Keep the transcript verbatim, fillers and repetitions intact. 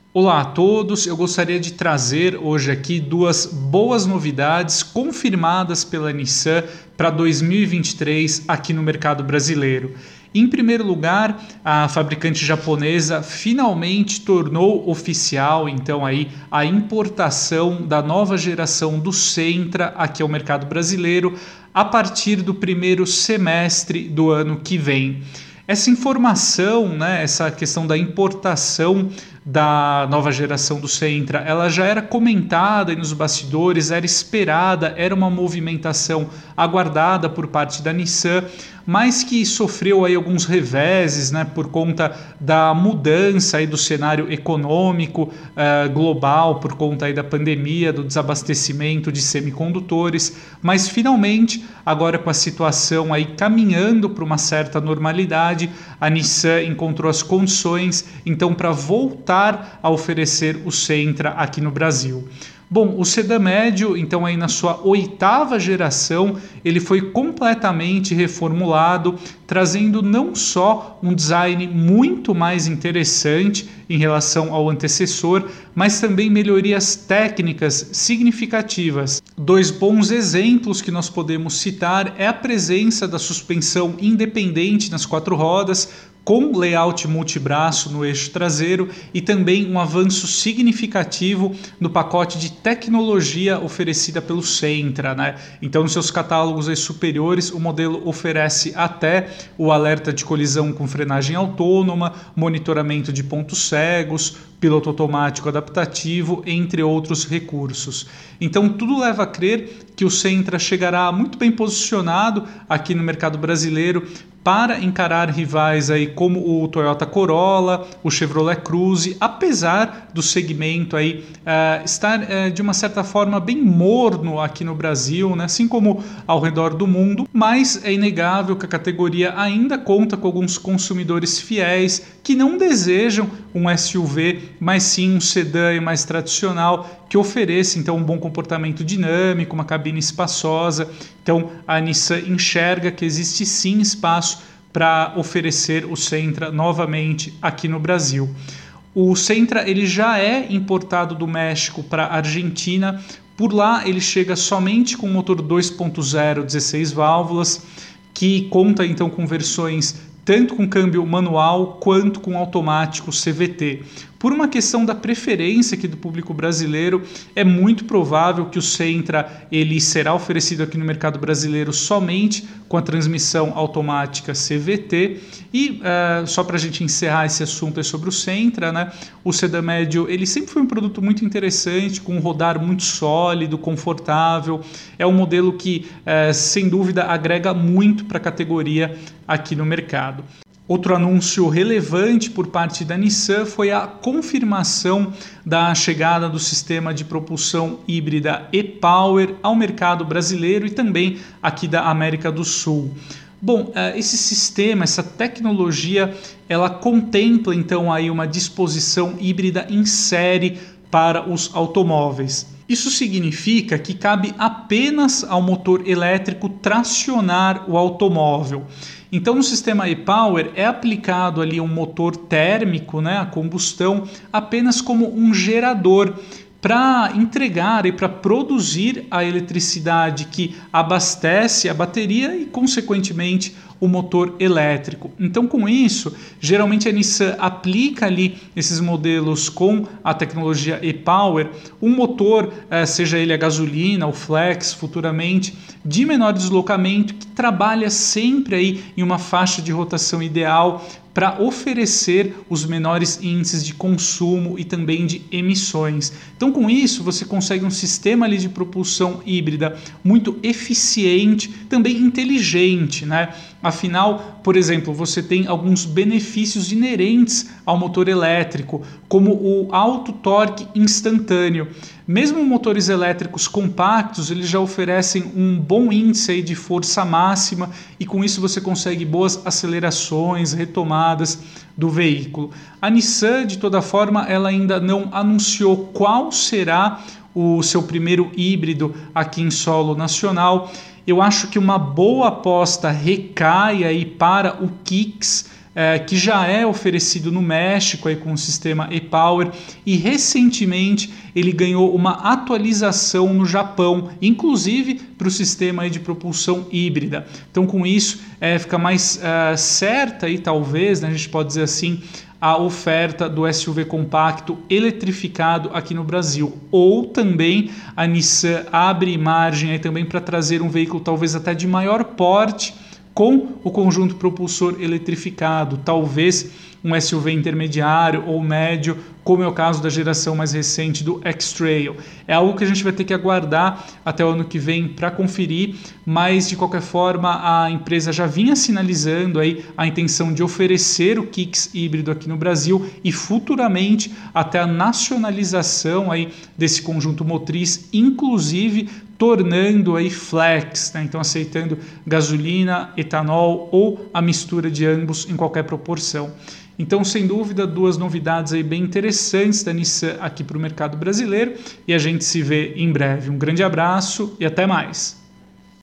Olá a todos, eu gostaria de trazer hoje aqui duas boas novidades confirmadas pela Nissan para dois mil e vinte e três aqui no mercado brasileiro. Em primeiro lugar, a fabricante japonesa finalmente tornou oficial então aí a importação da nova geração do Sentra aqui ao mercado brasileiro a partir do primeiro semestre do ano que vem. Essa informação, né, essa questão da importação da nova geração do Sentra, ela já era comentada nos bastidores, era esperada, era uma movimentação aguardada por parte da Nissan, mas que sofreu aí alguns reveses, né, por conta da mudança aí do cenário econômico uh, global, por conta aí da pandemia, do desabastecimento de semicondutores, mas finalmente, agora com a situação aí caminhando para uma certa normalidade, a Nissan encontrou as condições então para voltar a oferecer o Sentra aqui no Brasil. Bom, o sedã médio, então aí na sua oitava geração, ele foi completamente reformulado, trazendo não só um design muito mais interessante em relação ao antecessor, mas também melhorias técnicas significativas. Dois bons exemplos que nós podemos citar é a presença da suspensão independente nas quatro rodas, com layout multibraço no eixo traseiro e também um avanço significativo no pacote de tecnologia oferecida pelo Sentra, né? Então, nos seus catálogos aí superiores, o modelo oferece até o alerta de colisão com frenagem autônoma, monitoramento de pontos cegos, piloto automático adaptativo, entre outros recursos. Então, tudo leva a crer que o Sentra chegará muito bem posicionado aqui no mercado brasileiro para encarar rivais aí como o Toyota Corolla, o Chevrolet Cruze, apesar do segmento aí uh, estar uh, de uma certa forma bem morno aqui no Brasil, né? Assim como ao redor do mundo, mas é inegável que a categoria ainda conta com alguns consumidores fiéis que não desejam um S U V, mas sim um sedã mais tradicional que ofereça então um bom comportamento dinâmico, uma cabine espaçosa. Então a Nissan enxerga que existe sim espaço para oferecer o Sentra novamente aqui no Brasil. O Sentra ele já é importado do México para a Argentina. Por lá ele chega somente com motor dois ponto zero, dezesseis válvulas, que conta então com versões tanto com câmbio manual quanto com automático C V T. Por uma questão da preferência aqui do público brasileiro, é muito provável que o Sentra ele será oferecido aqui no mercado brasileiro somente com a transmissão automática C V T. E uh, só para a gente encerrar esse assunto sobre o Sentra, né? O sedã médio ele sempre foi um produto muito interessante, com um rodar muito sólido, confortável. É um modelo que, uh, sem dúvida, agrega muito para a categoria aqui no mercado. Outro anúncio relevante por parte da Nissan foi a confirmação da chegada do sistema de propulsão híbrida e-Power ao mercado brasileiro e também aqui da América do Sul. Bom, esse sistema, essa tecnologia, ela contempla então aí uma disposição híbrida em série para os automóveis. Isso significa que cabe apenas ao motor elétrico tracionar o automóvel. Então, no sistema e-Power é aplicado ali um motor térmico, né, a combustão, apenas como um gerador para entregar e para produzir a eletricidade que abastece a bateria e, consequentemente, o motor elétrico. Então, com isso, geralmente a Nissan aplica ali esses modelos com a tecnologia e-Power, um motor, eh, seja ele a gasolina ou flex, futuramente, de menor deslocamento, que trabalha sempre aí em uma faixa de rotação ideal para oferecer os menores índices de consumo e também de emissões. Então, com isso, você consegue um sistema ali de propulsão híbrida muito eficiente, também inteligente, né? Afinal, por exemplo, você tem alguns benefícios inerentes ao motor elétrico, como o alto torque instantâneo. Mesmo motores elétricos compactos, eles já oferecem um bom índice aí de força máxima e com isso você consegue boas acelerações, retomadas do veículo. A Nissan, de toda forma, ela ainda não anunciou qual será o seu primeiro híbrido aqui em solo nacional. Eu acho que uma boa aposta recai aí para o Kicks, é, que já é oferecido no México aí com o sistema e-Power, e recentemente ele ganhou uma atualização no Japão, inclusive para o sistema aí de propulsão híbrida. Então, com isso, é, fica mais é, certa aí, talvez, né, a gente pode dizer assim, a oferta do S U V compacto eletrificado aqui no Brasil. Ou também a Nissan abre margem aí também para trazer um veículo talvez até de maior porte com o conjunto propulsor eletrificado, talvez um S U V intermediário ou médio, como é o caso da geração mais recente do X-Trail. É algo que a gente vai ter que aguardar até o ano que vem para conferir, mas de qualquer forma a empresa já vinha sinalizando aí a intenção de oferecer o Kicks híbrido aqui no Brasil e futuramente até a nacionalização aí desse conjunto motriz, inclusive tornando aí flex, né? Então aceitando gasolina, etanol ou a mistura de ambos em qualquer proporção. Então, sem dúvida, duas novidades aí bem interessantes da Nissan aqui para o mercado brasileiro e a gente se vê em breve. Um grande abraço e até mais!